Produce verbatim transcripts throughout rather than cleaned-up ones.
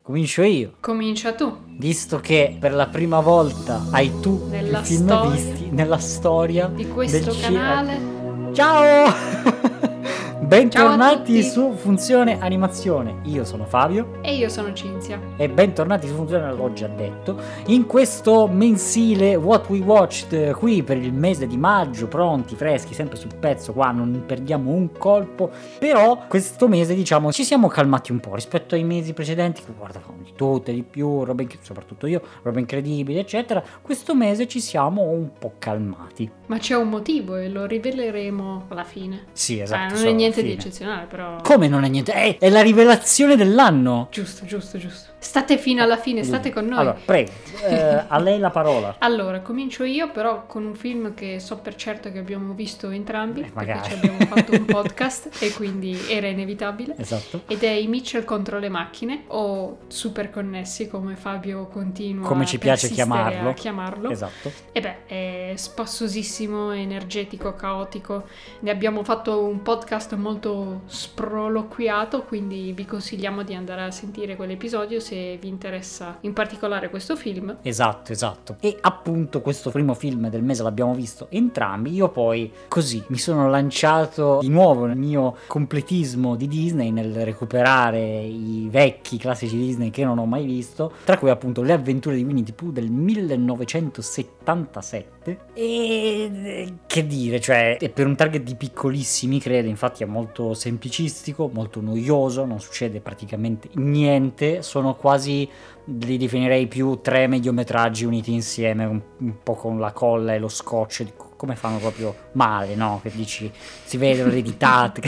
Comincio io. Comincia tu. Visto che per la prima volta hai tu Nella i film storia visti nella storia di questo del canale. cinema. Ciao! Bentornati Ciao su Funzione Animazione. Io sono Fabio. E io sono Cinzia. E bentornati su Funzione, l'ho già detto. In questo mensile What We Watched, qui per il mese di maggio, pronti, freschi, sempre sul pezzo, qua non perdiamo un colpo. Però questo mese, diciamo, ci siamo calmati un po' rispetto ai mesi precedenti, che guardavamo di tutte, di più, roba inc- soprattutto io, roba incredibile, eccetera. Questo mese ci siamo un po' calmati. Ma c'è un motivo e lo riveleremo alla fine. Sì, esatto. Eh, non è niente di eccezionale, però. Come non è niente? È, è la rivelazione dell'anno. Giusto, giusto, giusto. State fino alla fine, state con noi. Allora, prego, eh, a lei la parola. Allora, comincio io, però con un film che so per certo che abbiamo visto entrambi, Eh, perché magari. ci abbiamo fatto un podcast e quindi era inevitabile. Esatto. Ed è I Mitchell contro le macchine, o Super Connessi, come Fabio continua Come ci piace persistere chiamarlo. a chiamarlo. Esatto. E beh, è spassosissimo, energetico, caotico. Ne abbiamo fatto un podcast molto sproloquiato, quindi vi consigliamo di andare a sentire quell'episodio se vi interessa in particolare questo film. Esatto, esatto. E appunto questo primo film del mese l'abbiamo visto entrambi. Io poi così mi sono lanciato di nuovo nel mio completismo di Disney, nel recuperare i vecchi classici Disney che non ho mai visto, tra cui appunto Le avventure di Winnie the Pooh del millenovecentosettantasette. E che dire, cioè è per un target di piccolissimi, credo, infatti è molto semplicistico, molto noioso, non succede praticamente niente, sono quasi, li definirei più tre mediometraggi uniti insieme, un, un po' con la colla e lo scotch, come fanno proprio male, no? Che dici, si vedono le ditate,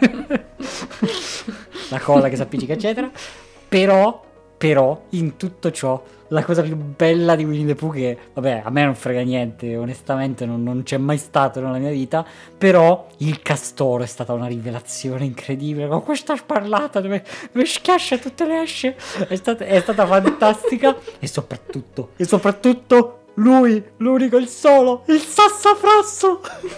la colla che si appiccica, eccetera. Però, però, in tutto ciò, la cosa più bella di Winnie the Pooh, che vabbè, a me non frega niente, onestamente non, non c'è mai stato nella mia vita, però il castoro è stata una rivelazione incredibile, con questa sparlata dove, dove schiaccia tutte le asce, è stata, è stata fantastica. E soprattutto, e soprattutto lui, l'unico, il solo, il sassafrasso.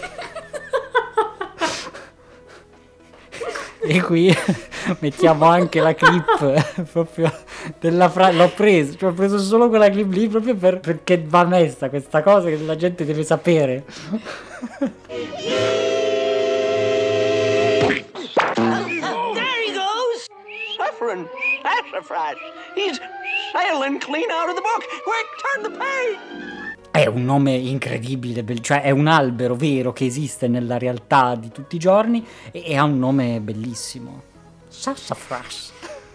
E qui mettiamo anche la clip proprio della frase, l'ho preso, cioè ho preso solo quella clip lì proprio per, perché va messa questa cosa che la gente deve sapere. There he goes! Suffering sassafras. He's sailing clean out of the book. Quick, turn the page! È un nome incredibile, bell- cioè è un albero vero che esiste nella realtà di tutti i giorni e, e ha un nome bellissimo. Sassafras.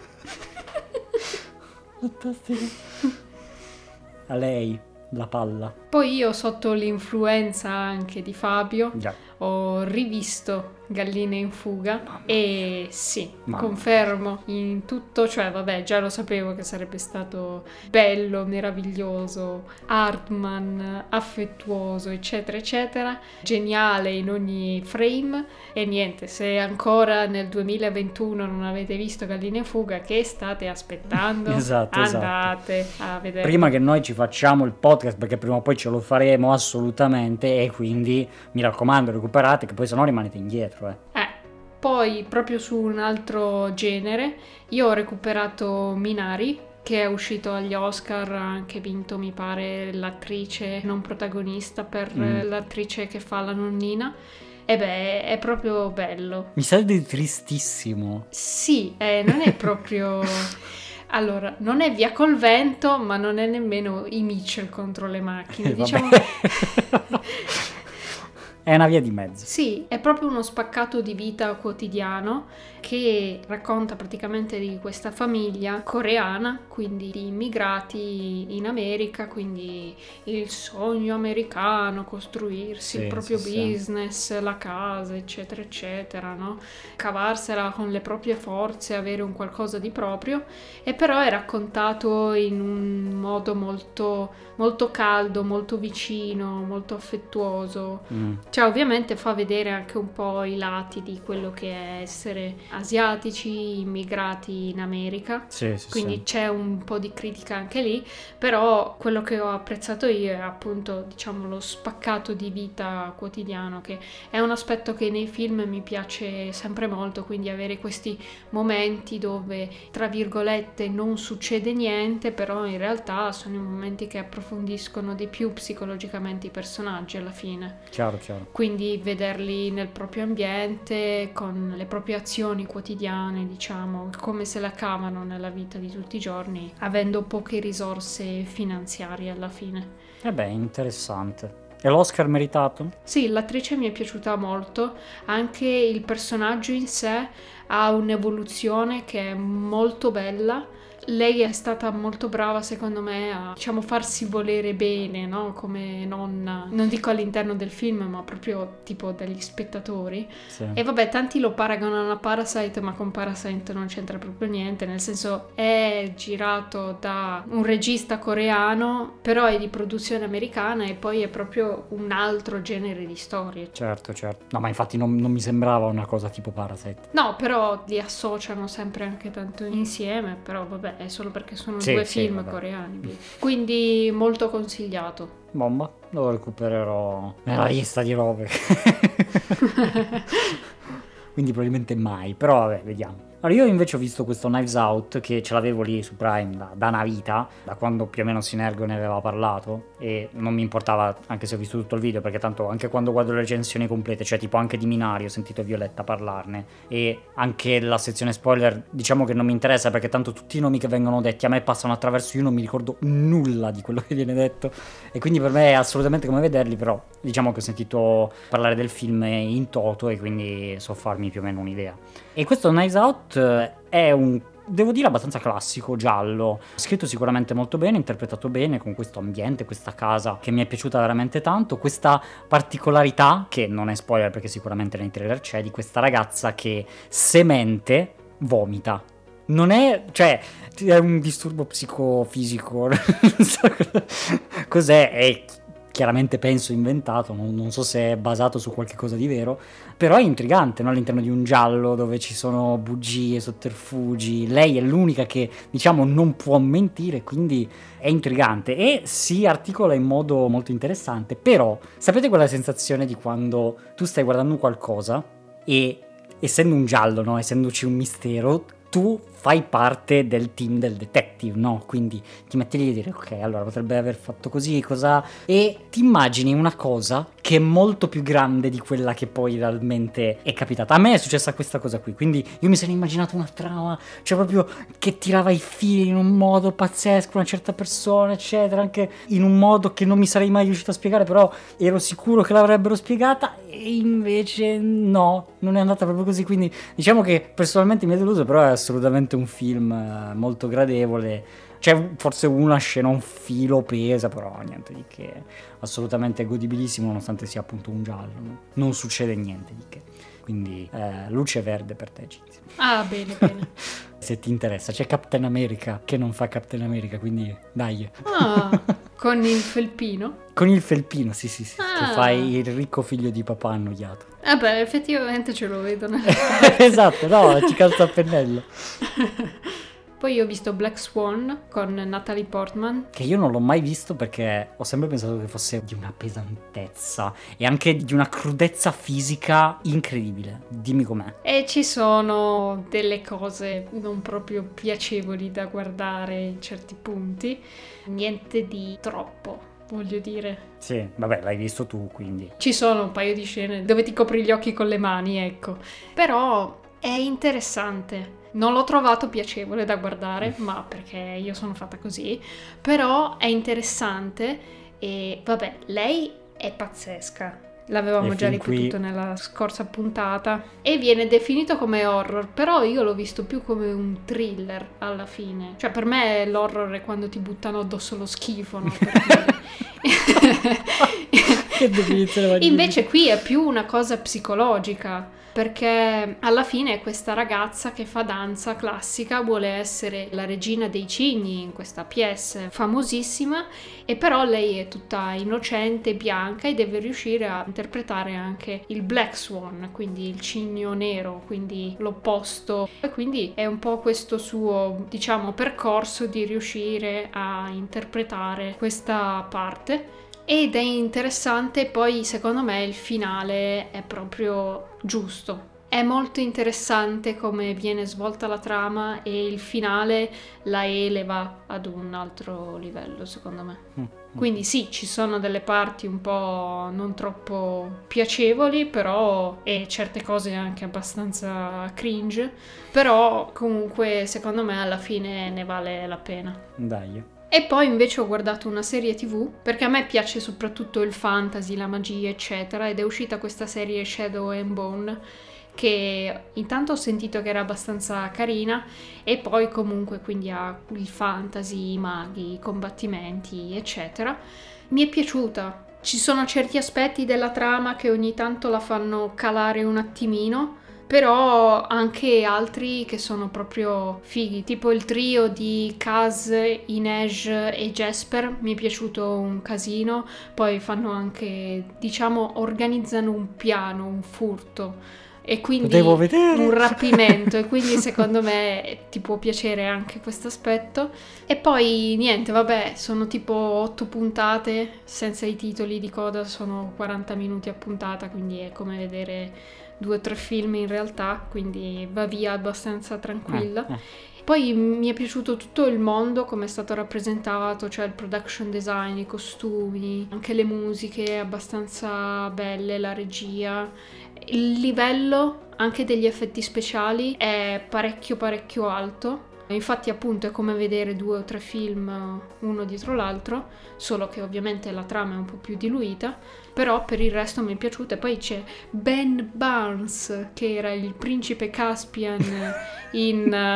Fantastico. A lei la palla. Poi io, sotto l'influenza anche di Fabio, Già. ho rivisto Galline in fuga. Mamma E sì, Mamma confermo in tutto, cioè vabbè, già lo sapevo che sarebbe stato bello, meraviglioso, Hartman, affettuoso, eccetera eccetera, geniale in ogni frame. E niente, se ancora nel duemilaventuno non avete visto Galline in fuga, che state aspettando? Esatto, Andate esatto. a vedere. Prima che noi ci facciamo il podcast, perché prima o poi ce lo faremo assolutamente, e quindi mi raccomando recuperate, che poi sennò rimanete indietro. Eh. Eh, poi proprio su un altro genere, io ho recuperato Minari, che è uscito agli Oscar, ha anche vinto, mi pare, l'attrice non protagonista per Mm. l'attrice che fa la nonnina. E beh, è proprio bello. Mi sa di tristissimo. Sì, eh, non è proprio... Allora, non è Via col vento, ma non è nemmeno I Mitchell contro le macchine. Eh, Diciamo vabbè. che... È una via di mezzo. Sì, è proprio uno spaccato di vita quotidiano che racconta praticamente di questa famiglia coreana, quindi di immigrati in America, quindi il sogno americano, costruirsi Sì, il proprio sì, business, la casa, eccetera, eccetera, no? Cavarsela con le proprie forze, avere un qualcosa di proprio, e però è raccontato in un modo molto, molto caldo, molto vicino, molto affettuoso. Mm. Cioè, ovviamente fa vedere anche un po' i lati di quello che è essere asiatici, immigrati in America. Sì, sì, Quindi sì. c'è un po' di critica anche lì, però quello che ho apprezzato io è appunto, diciamo, lo spaccato di vita quotidiano, che è un aspetto che nei film mi piace sempre molto, quindi avere questi momenti dove, tra virgolette, non succede niente, però in realtà sono i momenti che approfondiscono di più psicologicamente i personaggi alla fine. Chiaro, chiaro. Quindi vederli nel proprio ambiente, con le proprie azioni quotidiane, diciamo, come se la cavano nella vita di tutti i giorni, avendo poche risorse finanziarie alla fine. E beh, interessante. E l'Oscar meritato? Sì, l'attrice mi è piaciuta molto, anche il personaggio in sé ha un'evoluzione che è molto bella. Lei è stata molto brava, secondo me, a, diciamo, farsi volere bene, no? Come nonna, non dico all'interno del film, ma proprio tipo dagli spettatori. Sì. E vabbè, tanti lo paragonano a Parasite, ma con Parasite non c'entra proprio niente, nel senso è girato da un regista coreano, però è di produzione americana e poi è proprio un altro genere di storie. Certo, certo. No, ma infatti non, non mi sembrava una cosa tipo Parasite. No, però li associano sempre anche tanto insieme, però vabbè, è solo perché sono Sì, due sì, film vabbè. coreani. Quindi molto consigliato. Bomba, lo recupererò nella lista di robe. Quindi probabilmente mai, però vabbè, vediamo. Allora, io invece ho visto questo Knives Out, che ce l'avevo lì su Prime da, da una vita, da quando più o meno Sinergo ne aveva parlato, e non mi importava, anche se ho visto tutto il video, perché tanto anche quando guardo le recensioni complete, cioè tipo anche di Minari, ho sentito Violetta parlarne, e anche la sezione spoiler, diciamo che non mi interessa, perché tanto tutti i nomi che vengono detti a me passano attraverso, io non mi ricordo nulla di quello che viene detto, e quindi per me è assolutamente come vederli, però diciamo che ho sentito parlare del film in toto, e quindi so farmi più o meno un'idea. E questo Knives Out è un, devo dire, abbastanza classico, giallo, scritto sicuramente molto bene, interpretato bene, con questo ambiente, questa casa che mi è piaciuta veramente tanto, questa particolarità, che non è spoiler perché sicuramente nei trailer c'è, di questa ragazza che se mente vomita. Non è, cioè, è un disturbo psicofisico, non so cos'è, è chiaramente penso inventato, non, non so se è basato su qualche cosa di vero, però è intrigante, no? All'interno di un giallo dove ci sono bugie, sotterfugi, lei è l'unica che, diciamo, non può mentire, quindi è intrigante e si articola in modo molto interessante. Però sapete quella sensazione di quando tu stai guardando qualcosa e, essendo un giallo, no? Essendoci un mistero, tu fai parte del team del detective, no? Quindi ti metti lì a dire, ok, allora potrebbe aver fatto così, cosa... E ti immagini una cosa che è molto più grande di quella che poi realmente è capitata. A me è successa questa cosa qui, quindi io mi sono immaginato una trama, cioè proprio che tirava i fili in un modo pazzesco, una certa persona, eccetera, anche in un modo che non mi sarei mai riuscito a spiegare, però ero sicuro che l'avrebbero spiegata, e invece no, non è andata proprio così, quindi diciamo che personalmente mi è deluso, però è assolutamente un film molto gradevole. C'è forse una scena un filo pesa, però niente di che, assolutamente godibilissimo, nonostante sia appunto un giallo, no? Non succede niente di che, quindi eh, luce verde per te, Gizi. Ah, bene, bene. Se ti interessa, c'è Captain America che non fa Captain America, quindi dai. Ah, con il felpino? Con il felpino, sì sì sì, Ah. che fai il ricco figlio di papà annoiato. Eh beh, effettivamente ce lo vedo. Esatto, no, ci calza a pennello. Poi ho visto Black Swan con Natalie Portman. Che io non l'ho mai visto perché ho sempre pensato che fosse di una pesantezza e anche di una crudezza fisica incredibile. Dimmi com'è. E ci sono delle cose non proprio piacevoli da guardare in certi punti. Niente di troppo, voglio dire. Sì, vabbè, l'hai visto tu, quindi. Ci sono un paio di scene dove ti copri gli occhi con le mani, ecco. Però è interessante. Non l'ho trovato piacevole da guardare, ma perché io sono fatta così. Però è interessante e vabbè, lei è pazzesca. L'avevamo E già fin qui- ripetuto nella scorsa puntata. E viene definito come horror, però io l'ho visto più come un thriller alla fine. Cioè per me l'horror è quando ti buttano addosso lo schifo, no? Per dire. Che definizione magnifica. Invece qui è più una cosa psicologica, perché alla fine è questa ragazza che fa danza classica, vuole essere la regina dei cigni in questa pièce famosissima, e però lei è tutta innocente, bianca, e deve riuscire a interpretare anche il Black Swan, quindi il cigno nero, quindi l'opposto, e quindi è un po' questo suo, diciamo, percorso di riuscire a interpretare questa parte. Ed è interessante, poi secondo me il finale è proprio giusto. È molto interessante come viene svolta la trama e il finale la eleva ad un altro livello, secondo me. Mm. Quindi sì, ci sono delle parti un po' non troppo piacevoli, però, e certe cose anche abbastanza cringe, però comunque secondo me alla fine ne vale la pena. Dai. E poi invece ho guardato una serie tivù, perché a me piace soprattutto il fantasy, la magia, eccetera, ed è uscita questa serie Shadow and Bone, che intanto ho sentito che era abbastanza carina, e poi comunque quindi ha il fantasy, i maghi, i combattimenti, eccetera. Mi è piaciuta. Ci sono certi aspetti della trama che ogni tanto la fanno calare un attimino, però anche altri che sono proprio fighi, tipo il trio di Kaz, Inej e Jesper, mi è piaciuto un casino. Poi fanno anche, diciamo, organizzano un piano, un furto, e quindi Potevo vedere. un rapimento, e quindi secondo me ti può piacere anche questo aspetto. E poi niente, vabbè, sono tipo otto puntate senza i titoli di coda, sono quaranta minuti a puntata, quindi è come vedere due o tre film in realtà, quindi va via abbastanza tranquilla. Eh, eh. Poi mi è piaciuto tutto il mondo come è stato rappresentato, cioè il production design, i costumi, anche le musiche abbastanza belle, la regia. Il livello anche degli effetti speciali è parecchio parecchio alto. Infatti appunto è come vedere due o tre film uno dietro l'altro, solo che ovviamente la trama è un po' più diluita, però per il resto mi è piaciuta. E poi c'è Ben Barnes, che era il principe Caspian in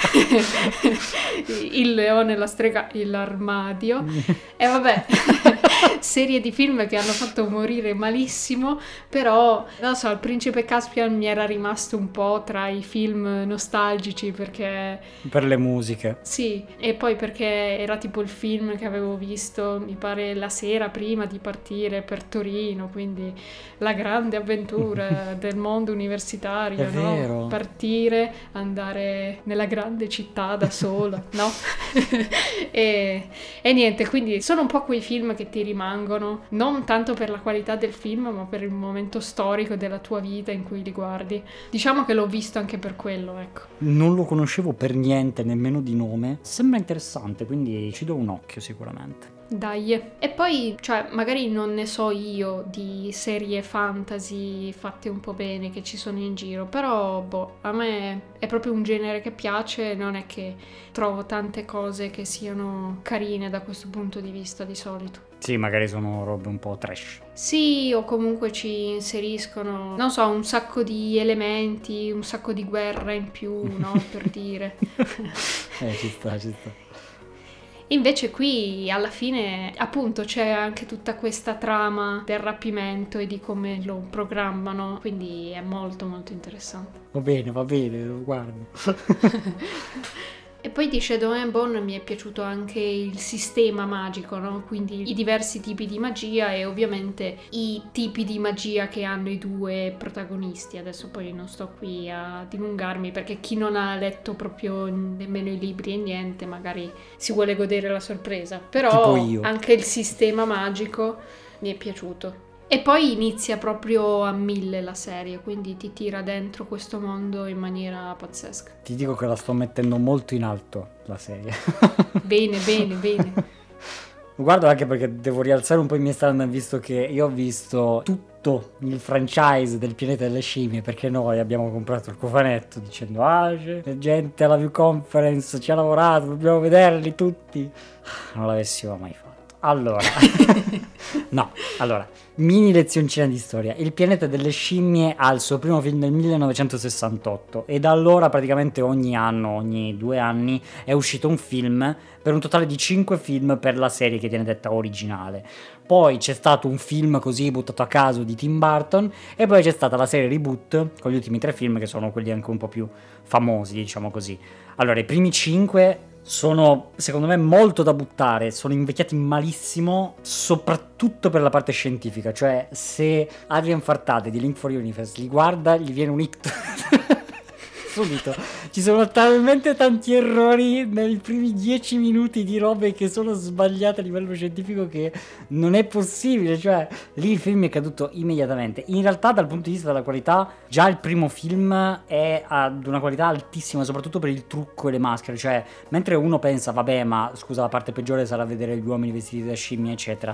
Il leone, la strega e l'armadio, e vabbè, serie di film che hanno fatto morire malissimo, però non so, il principe Caspian mi era rimasto un po' tra i film nostalgici, perché Per le musiche. sì, e poi perché era tipo il film che avevo visto, mi pare, la sera prima di partire per Torino, quindi la grande avventura del mondo universitario, È no? vero. Partire, andare nella grande città da sola, no? e, e niente, quindi sono un po' quei film che ti rimangono, non tanto per la qualità del film, ma per il momento storico della tua vita in cui li guardi. Diciamo che l'ho visto anche per quello, ecco. Non lo conoscevo per niente, nemmeno di nome. Sembra interessante, quindi ci do un occhio sicuramente. Dai. E poi, cioè, magari non ne so io di serie fantasy fatte un po' bene che ci sono in giro, però, boh, a me è proprio un genere che piace, non è che trovo tante cose che siano carine da questo punto di vista di solito. Sì, magari sono robe un po' trash. Sì, o comunque ci inseriscono, non so, un sacco di elementi, un sacco di guerra in più, no, per dire. Eh, ci sta, ci sta. Invece qui alla fine appunto c'è anche tutta questa trama del rapimento e di come lo programmano, quindi è molto molto interessante. Va bene, va bene, lo guardo. E poi di Shadow and Bone mi è piaciuto anche il sistema magico, no? Quindi i diversi tipi di magia e ovviamente i tipi di magia che hanno i due protagonisti. Adesso poi non sto qui a dilungarmi, perché chi non ha letto proprio nemmeno i libri e niente magari si vuole godere la sorpresa. Però Tipo io. anche il sistema magico mi è piaciuto. E poi inizia proprio a mille la serie, quindi ti tira dentro questo mondo in maniera pazzesca. Ti dico che la sto mettendo molto in alto, la serie. Bene, bene, bene. Guardo anche perché devo rialzare un po' i miei standard, visto che io ho visto tutto il franchise del pianeta delle scimmie, perché noi abbiamo comprato il cofanetto dicendo ah, c'è gente alla View Conference ci ha lavorato, dobbiamo vederli tutti. Non l'avessimo mai fatto. allora, no, allora, mini lezioncina di storia. Il pianeta delle scimmie ha il suo primo film nel millenovecentosessantotto e da allora praticamente ogni anno, ogni due anni è uscito un film, per un totale di cinque film per la serie che viene detta originale. Poi c'è stato un film così buttato a caso di Tim Burton e poi c'è stata la serie reboot con gli ultimi tre film che sono quelli anche un po' più famosi, diciamo così. Allora, i primi cinque sono secondo me molto da buttare, sono invecchiati malissimo, soprattutto per la parte scientifica, cioè se Adrian Fartate di Link for Universe li guarda gli viene un ictus subito. Ci sono talmente tanti errori nei primi dieci minuti di robe che sono sbagliate a livello scientifico che non è possibile, cioè lì il film è caduto immediatamente. In realtà dal punto di vista della qualità già il primo film è ad una qualità altissima, soprattutto per il trucco e le maschere, cioè mentre uno pensa vabbè ma scusa la parte peggiore sarà vedere gli uomini vestiti da scimmie eccetera,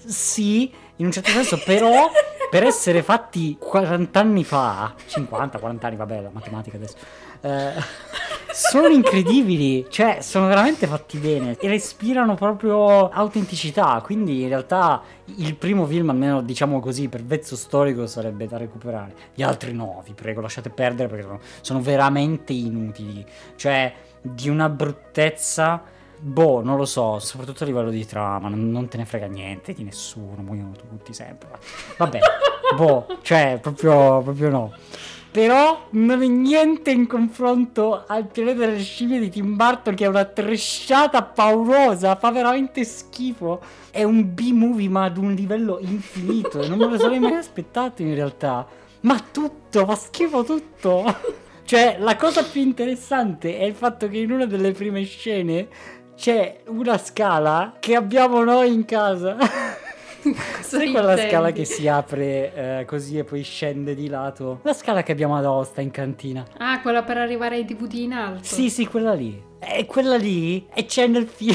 sì in un certo senso, però per essere fatti quaranta anni fa, cinquanta quaranta anni, vabbè la matematica adesso, eh, sono incredibili, cioè sono veramente fatti bene e respirano proprio autenticità, quindi in realtà il primo film, almeno diciamo così per vezzo storico, sarebbe da recuperare. Gli altri no, vi prego lasciate perdere perché sono, sono veramente inutili, cioè di una bruttezza. Boh, non lo so, soprattutto a livello di trama, non, non te ne frega niente di nessuno, muoiono tutti sempre. Vabbè, boh, cioè, proprio, proprio no. Però non è niente in confronto al pianeta delle scimmie di Tim Burton, che è una trashata paurosa, fa veramente schifo. È un B-movie ma ad un livello infinito e non me lo sarei mai aspettato in realtà. Ma tutto, fa schifo tutto. Cioè, la cosa più interessante è il fatto che in una delle prime scene c'è una scala che abbiamo noi in casa. Sai quella intendi? scala che si apre eh, così e poi scende di lato? La scala che abbiamo ad Aosta in cantina. Ah, quella per arrivare ai D V D in alto. Sì, sì, quella lì. È quella lì e c'è nel film.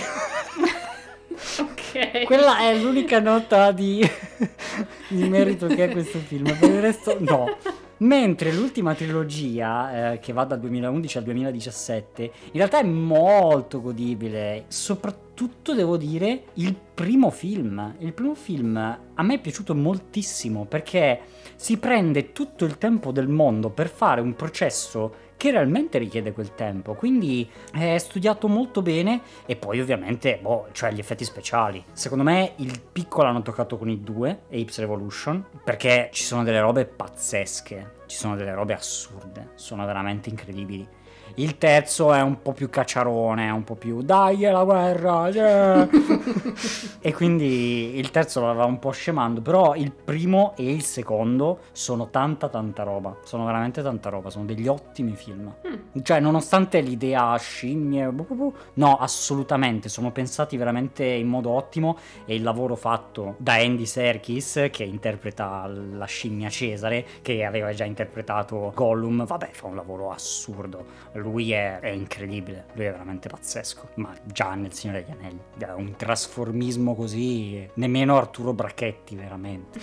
Ok. Quella è l'unica nota di, di merito che ha questo film. Per il resto no. Mentre l'ultima trilogia, eh, che va dal duemilaundici al duemiladiciassette, in realtà è molto godibile. Soprattutto devo dire il primo film. Il primo film a me è piaciuto moltissimo perché si prende tutto il tempo del mondo per fare un processo che realmente richiede quel tempo, quindi è studiato molto bene. E poi ovviamente, boh, cioè gli effetti speciali. Secondo me il picco l'hanno toccato con i due, Apes Revolution, perché ci sono delle robe pazzesche, ci sono delle robe assurde, sono veramente incredibili. Il terzo è un po' più cacciarone, è un po' più dai la guerra, yeah! E quindi il terzo lo aveva un po' scemando, però il primo e il secondo sono tanta tanta roba, sono veramente tanta roba, sono degli ottimi film. Mm. Cioè nonostante l'idea scimmie, no, assolutamente, sono pensati veramente in modo ottimo e il lavoro fatto da Andy Serkis, che interpreta la scimmia Cesare, che aveva già interpretato Gollum, vabbè, fa un lavoro assurdo. Lui è, è incredibile, lui è veramente pazzesco, ma già nel Signore degli Anelli ha un trasformismo così, nemmeno Arturo Brachetti veramente.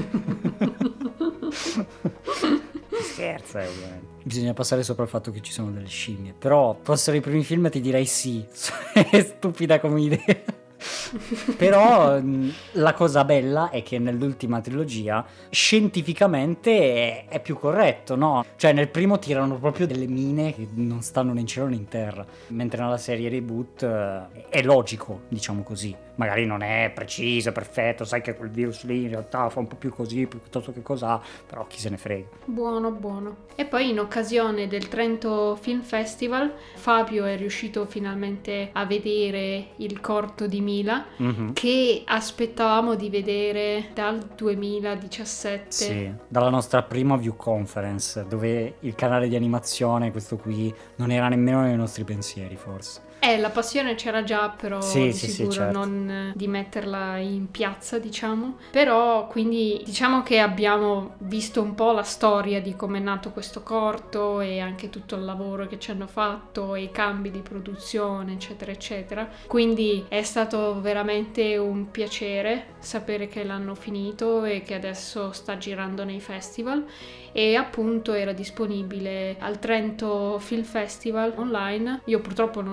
Scherza, eh, ovviamente. Bisogna passare sopra il fatto che ci sono delle scimmie, però fossero i primi film ti direi sì, è stupida come idea. Però la cosa bella è che nell'ultima trilogia scientificamente è, è più corretto, no? Cioè nel primo tirano proprio delle mine che non stanno né in cielo né in terra, mentre nella serie reboot eh, è logico, diciamo così. Magari non è preciso, perfetto, sai che quel virus lì in realtà fa un po' più così piuttosto che cos'ha, però chi se ne frega. Buono, buono. E poi in occasione del Trento Film Festival Fabio è riuscito finalmente a vedere il corto di Mila, mm-hmm. che aspettavamo di vedere dal duemiladiciassette. Sì, dalla nostra prima view conference, dove il canale di animazione, questo qui, non era nemmeno nei nostri pensieri forse. Eh, la passione c'era già, però sì, di sì, sicuro sì, certo. non di metterla in piazza, diciamo. Però, quindi, diciamo che abbiamo visto un po' la storia di come è nato questo corto e anche tutto il lavoro che ci hanno fatto e i cambi di produzione, eccetera, eccetera. Quindi è stato veramente un piacere sapere che l'hanno finito e che adesso sta girando nei festival. E appunto era disponibile al Trento Film Festival online. Io purtroppo non l'ho visto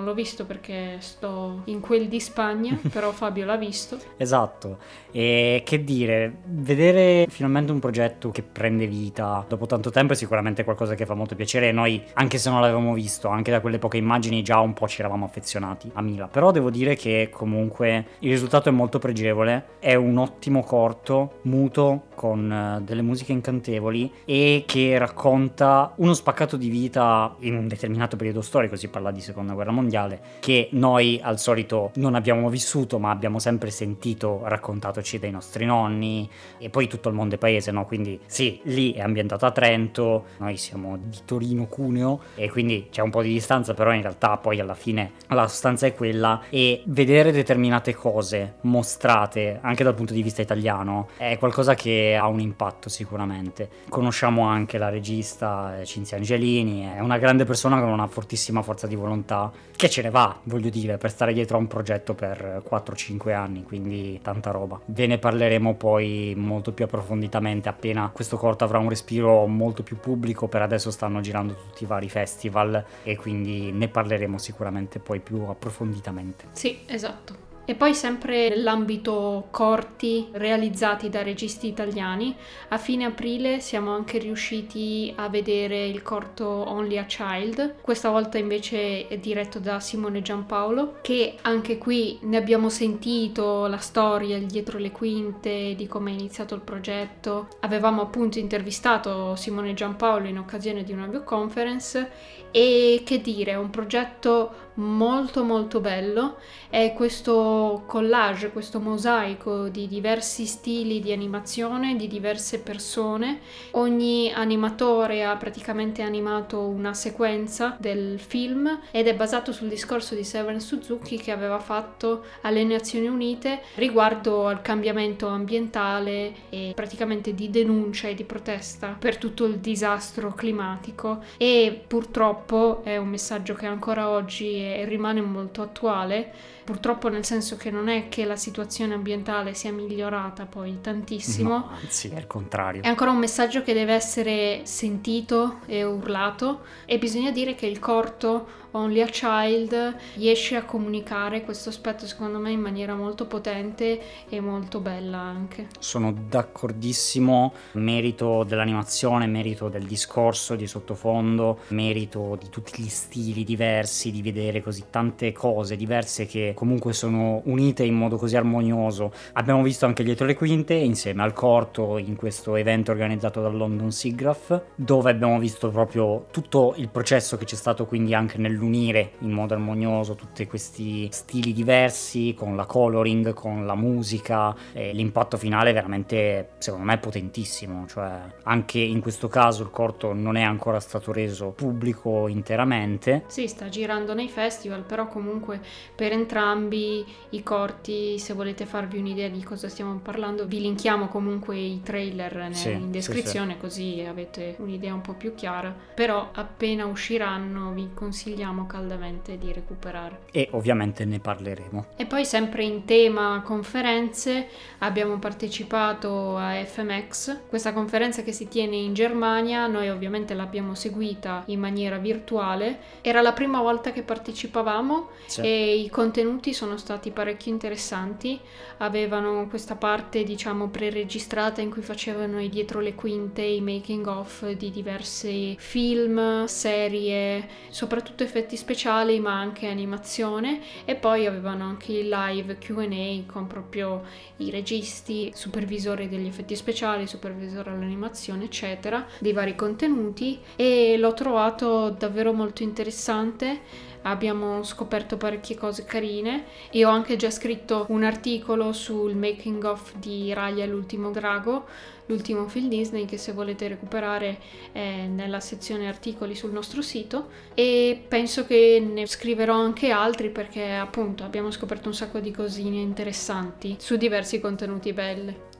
visto perché sto in quel di Spagna, però Fabio l'ha visto. Esatto, e che dire, vedere finalmente un progetto che prende vita dopo tanto tempo è sicuramente qualcosa che fa molto piacere, e noi, anche se non l'avevamo visto, anche da quelle poche immagini già un po' ci eravamo affezionati a Mila. Però devo dire che comunque il risultato è molto pregevole, è un ottimo corto, muto, con uh, delle musiche incantevoli e che racconta uno spaccato di vita in un determinato periodo storico. Si parla di seconda guerra mondiale, che noi al solito non abbiamo vissuto ma abbiamo sempre sentito raccontatoci dai nostri nonni, e poi tutto il mondo è paese, no? Quindi sì, lì è ambientato a Trento, noi siamo di Torino Cuneo e quindi c'è un po' di distanza, però in realtà poi alla fine la sostanza è quella, e vedere determinate cose mostrate anche dal punto di vista italiano è qualcosa che ha un impatto sicuramente. Conosciamo anche la regista Cinzia Angelini, è una grande persona con una fortissima forza di volontà, che ce ne va, voglio dire, per stare dietro a un progetto per quattro cinque anni, quindi tanta roba. Ve ne parleremo poi molto più approfonditamente appena questo corto avrà un respiro molto più pubblico. Per adesso stanno girando tutti i vari festival e quindi ne parleremo sicuramente poi più approfonditamente. Sì, esatto. E poi sempre nell'ambito corti realizzati da registi italiani, a fine aprile siamo anche riusciti a vedere il corto Only a Child, questa volta invece è diretto da Simone Giampaolo, che anche qui ne abbiamo sentito la storia, il dietro le quinte di come è iniziato il progetto. Avevamo appunto intervistato Simone Giampaolo in occasione di una videoconference, e che dire, è un progetto molto molto bello, è questo collage, questo mosaico di diversi stili di animazione, di diverse persone. Ogni animatore ha praticamente animato una sequenza del film ed è basato sul discorso di Seven Suzuki che aveva fatto alle Nazioni Unite riguardo al cambiamento ambientale e praticamente di denuncia e di protesta per tutto il disastro climatico, e purtroppo è un messaggio che ancora oggi e rimane molto attuale, purtroppo nel senso che non è che la situazione ambientale sia migliorata poi tantissimo, no, anzi è il contrario. È ancora un messaggio che deve essere sentito e urlato, e bisogna dire che il corto Only a Child riesce a comunicare questo aspetto secondo me in maniera molto potente e molto bella anche. Sono d'accordissimo, merito dell'animazione, merito del discorso di sottofondo, merito di tutti gli stili diversi, di vedere così tante cose diverse che comunque sono unite in modo così armonioso. Abbiamo visto anche dietro le quinte insieme al corto in questo evento organizzato dal London SIGGRAPH, dove abbiamo visto proprio tutto il processo che c'è stato, quindi anche nell'unire in modo armonioso tutti questi stili diversi, con la coloring, con la musica, e l'impatto finale è veramente secondo me potentissimo. Cioè anche in questo caso il corto non è ancora stato reso pubblico interamente. Sì, sta girando nei festival, però comunque per entrambi i corti, se volete farvi un'idea di cosa stiamo parlando, vi linkiamo comunque i trailer sì, in descrizione, sì, sì. Così avete un'idea un po' più chiara. Però appena usciranno vi consigliamo caldamente di recuperare. E ovviamente ne parleremo. E poi sempre in tema conferenze abbiamo partecipato a F M X, questa conferenza che si tiene in Germania. Noi ovviamente l'abbiamo seguita in maniera virtuale, era la prima volta che partecipavamo, sì. E i contenuti sono stati parecchio interessanti. Avevano questa parte diciamo pre-registrata in cui facevano i dietro le quinte, i making of di diversi film, serie, soprattutto effetti speciali ma anche animazione, e poi avevano anche il live Q and A con proprio i registi, supervisori degli effetti speciali, supervisore all'animazione eccetera, dei vari contenuti, e l'ho trovato davvero molto interessante. Abbiamo scoperto parecchie cose carine e ho anche già scritto un articolo sul making of di Raya l'ultimo drago, l'ultimo film Disney, che se volete recuperare è nella sezione articoli sul nostro sito, e penso che ne scriverò anche altri perché appunto abbiamo scoperto un sacco di cosine interessanti su diversi contenuti belli.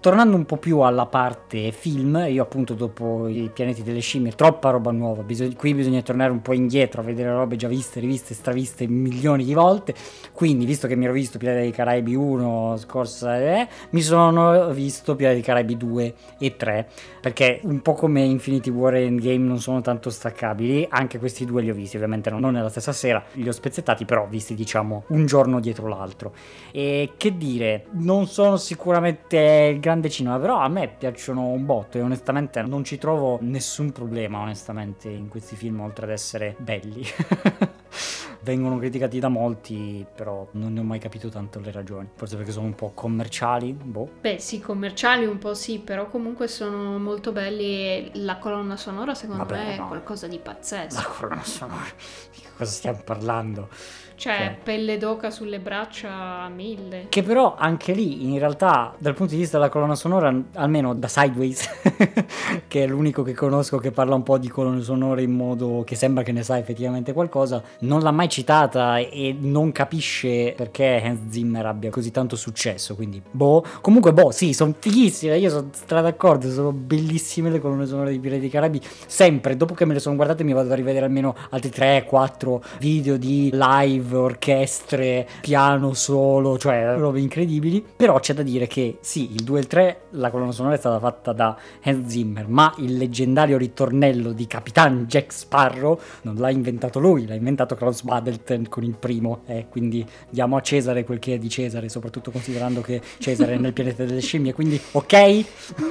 tornando un po' più alla parte film, io appunto dopo i pianeti delle scimmie, troppa roba nuova, bisog- qui bisogna tornare un po' indietro a vedere robe già viste, riviste, straviste milioni di volte, quindi visto che mi ero visto Pirati dei Caraibi uno scorsa, eh, mi sono visto Pirati dei Caraibi due e tre, perché un po' come Infinity War e Endgame non sono tanto staccabili, anche questi due li ho visti, ovviamente non nella stessa sera, li ho spezzettati, però visti diciamo un giorno dietro l'altro. E che dire, non sono sicuramente il grande cinema, però a me piacciono un botto e onestamente non ci trovo nessun problema onestamente in questi film, oltre ad essere belli. Vengono criticati da molti, però non ne ho mai capito tanto le ragioni, forse perché sono un po' commerciali, boh. Beh sì, commerciali un po' sì, però comunque sono molto belli e la colonna sonora secondo Vabbè, me è no. qualcosa di pazzesco. La colonna sonora, di che cosa stiamo parlando? Cioè, Cioè. pelle d'oca sulle braccia a mille. Che però anche lì in realtà dal punto di vista della colonna sonora, almeno da Sideways, che è l'unico che conosco che parla un po' di colonne sonore in modo che sembra che ne sa effettivamente qualcosa, non l'ha mai citata e non capisce perché Hans Zimmer abbia così tanto successo, quindi boh. Comunque boh, sì, sono fighissime, io sono stra d'accordo, sono bellissime le colonne sonore di Pirati dei Caraibi, sempre, dopo che me le sono guardate mi vado a rivedere almeno altri tre quattro video di live, orchestre, piano solo, cioè robe incredibili. Però c'è da dire che sì, il due e il tre la colonna sonora è stata fatta da Hans Zimmer, ma il leggendario ritornello di Capitan Jack Sparrow non l'ha inventato lui, l'ha inventato Klaus Baddelten con il primo, eh, quindi diamo a Cesare quel che è di Cesare, soprattutto considerando che Cesare è nel pianeta delle scimmie, quindi ok?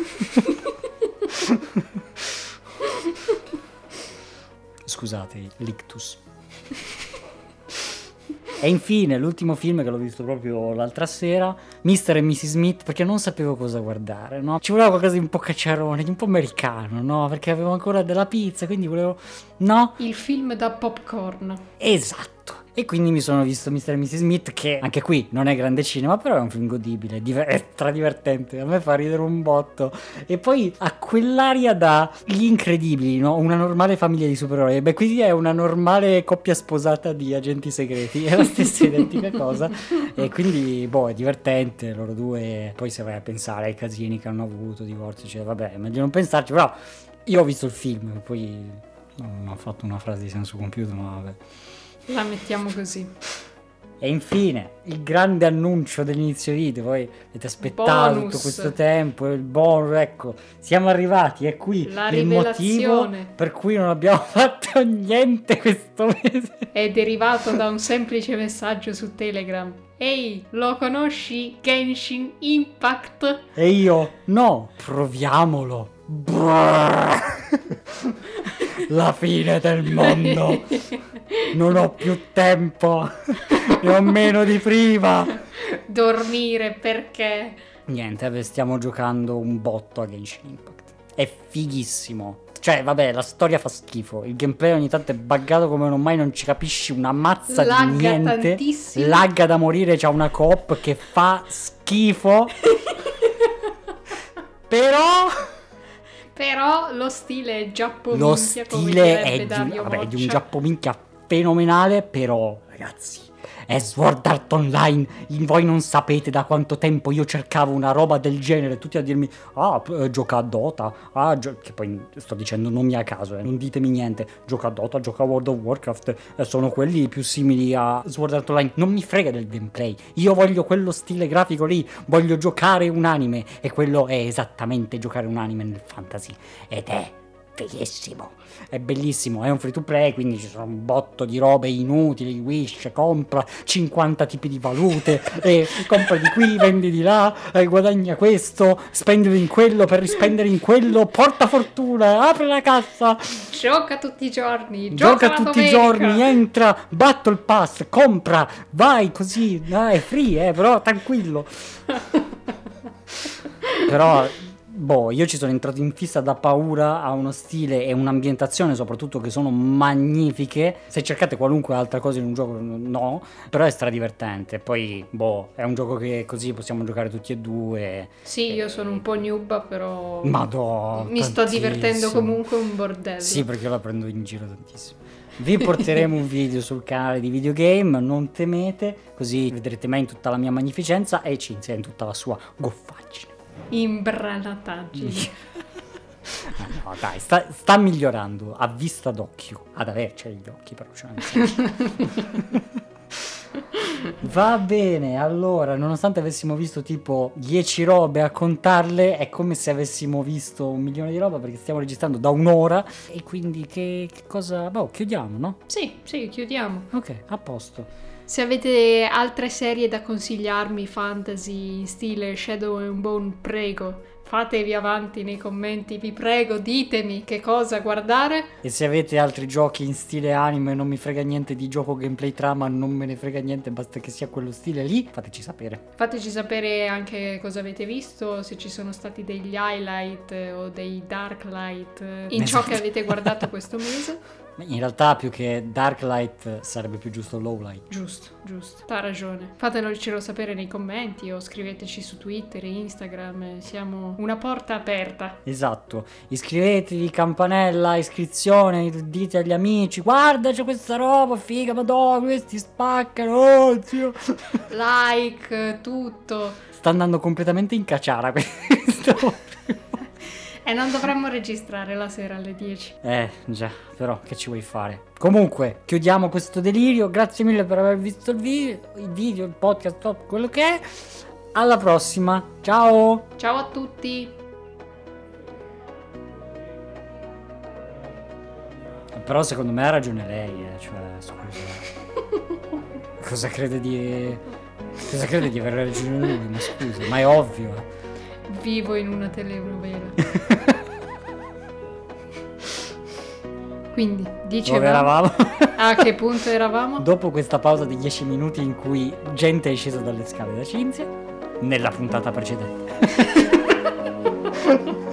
Scusate, l'ictus. E infine l'ultimo film che l'ho visto proprio l'altra sera, mister e missus Smith, perché non sapevo cosa guardare, no? Ci voleva qualcosa di un po' cacciarone, di un po' americano, no? Perché avevo ancora della pizza, quindi volevo... No? Il film da popcorn. Esatto. E quindi mi sono visto mister e missus Smith, che anche qui non è grande cinema, però è un film godibile, diver- è stradivertente, a me fa ridere un botto. E poi ha quell'aria da Gli Incredibili, no? Una normale famiglia di supereroi. Beh, qui è una normale coppia sposata di agenti segreti, è la stessa identica cosa. E quindi, boh, è divertente, loro due. Poi se vai a pensare ai casini che hanno avuto, divorzi, cioè, vabbè, è meglio non pensarci, però io ho visto il film, poi non ho fatto una frase di senso compiuto, ma vabbè. La mettiamo così. E infine il grande annuncio dell'inizio video, voi avete aspettato Bonus. tutto questo tempo, il bonus, ecco, siamo arrivati, è qui La il motivo rivelazione. per cui non abbiamo fatto niente questo mese. È derivato da un semplice messaggio su Telegram. Ehi, lo conosci Genshin Impact? E io, no, proviamolo. Brrr. La fine del mondo. Non ho più tempo, ne ho meno di prima. Dormire perché? Niente, stiamo giocando un botto a Genshin Impact. È fighissimo. Cioè, vabbè, la storia fa schifo. Il gameplay ogni tanto è buggato come non mai, non ci capisci una mazza Lagga di niente. tantissimo. Lagga da morire, c'ha una coop che fa schifo. Però... Però lo stile è giappominchia, Lo come stile è direbbe di, Dario vabbè, di un Moccia. giappominchia fenomenale, però, ragazzi, è Sword Art Online. Voi non sapete da quanto tempo io cercavo una roba del genere, tutti a dirmi ah, p- gioca a Dota, ah, gio-", che poi sto dicendo nomi a caso, eh, non ditemi niente, gioca a Dota, gioca a World of Warcraft, eh, sono quelli più simili a Sword Art Online. Non mi frega del gameplay, io voglio quello stile grafico lì, voglio giocare un anime, e quello è esattamente giocare un anime nel fantasy, ed è fighissimo, è bellissimo, è un free to play, quindi ci sono un botto di robe inutili, wish, compra cinquanta tipi di valute, e compra di qui, vendi di là, e guadagna questo, spendere in quello per rispendere in quello, porta fortuna, apri la cassa, Gioca tutti i giorni, gioca gioca la tutti i domenica. giorni, entra, battle pass, compra, vai così, ah, è free, eh, però tranquillo. Però boh, io ci sono entrato in fissa da paura, a uno stile e un'ambientazione soprattutto che sono magnifiche. Se cercate qualunque altra cosa in un gioco, no, però è stradivertente. Poi boh, è un gioco che così possiamo giocare tutti e due. Sì, io sono un po' newba, però Madò, mi sto tantissimo. divertendo comunque un bordello. Sì, perché io la prendo in giro tantissimo. Vi porteremo un video sul canale di Videogame, non temete, così vedrete me in tutta la mia magnificenza e Cinzia in tutta la sua goffaggine. Imbranataggini. Ah, no, dai, sta, sta migliorando a vista d'occhio. Ad averceli gli occhi, però c'è Va bene, allora, nonostante avessimo visto tipo dieci robe a contarle, è come se avessimo visto un milione di roba, perché stiamo registrando da un'ora. E quindi che, che cosa... Boh, chiudiamo, no? Sì, sì, chiudiamo. Ok, a posto. Se avete altre serie da consigliarmi, fantasy in stile Shadow and Bone, prego, fatevi avanti nei commenti, vi prego, ditemi che cosa guardare. E se avete altri giochi in stile anime, non mi frega niente di gioco gameplay trama, non me ne frega niente, basta che sia quello stile lì, fateci sapere. Fateci sapere anche cosa avete visto, se ci sono stati degli highlight o dei dark light in Esatto. ciò che avete guardato questo mese. In realtà più che dark light sarebbe più giusto low light. Giusto, giusto, t'ha ragione. Fatemelo sapere nei commenti o scriveteci su Twitter e Instagram, siamo una porta aperta. Esatto, iscrivetevi, campanella, iscrizione, dite agli amici, guarda c'è questa roba, figa, madonna, questi spaccano, oh zio. Like, tutto. Sta andando completamente in cacciara questo. E non dovremmo registrare la sera alle dieci. Eh, già, però che ci vuoi fare? Comunque, chiudiamo questo delirio. Grazie mille per aver visto il video, il video, il podcast, top, quello che è. Alla prossima. Ciao! Ciao a tutti! Però secondo me ha ragione lei, eh. Cioè, scusa. Cosa crede di... Cosa crede di aver ragione lui? Ma scusa, ma è ovvio, eh. Vivo in una telenovela. Quindi, dicevamo... Dove eravamo? A che punto eravamo? Dopo questa pausa di dieci minuti in cui gente è scesa dalle scale da Cinzia, nella puntata precedente.